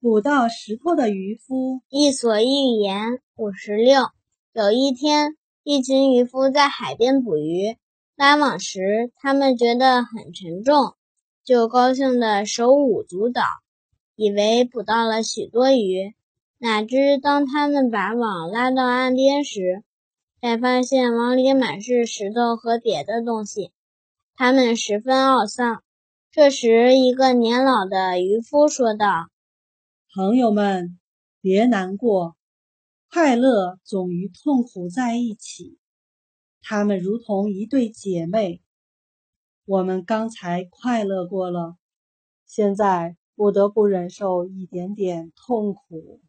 捕到石头的渔夫。 伊索寓言56。有一天，一群渔夫在海边捕鱼，拉网时他们觉得很沉重，就高兴地手舞足蹈，以为捕到了许多鱼。哪知当他们把网拉到岸边时，才发现网里满是石头和别的东西，他们十分懊丧。这时一个年老的渔夫说道： 朋友们，别难过，快乐总与痛苦在一起，它们如同一对姐妹。我们刚才快乐过了，现在不得不忍受一点点痛苦。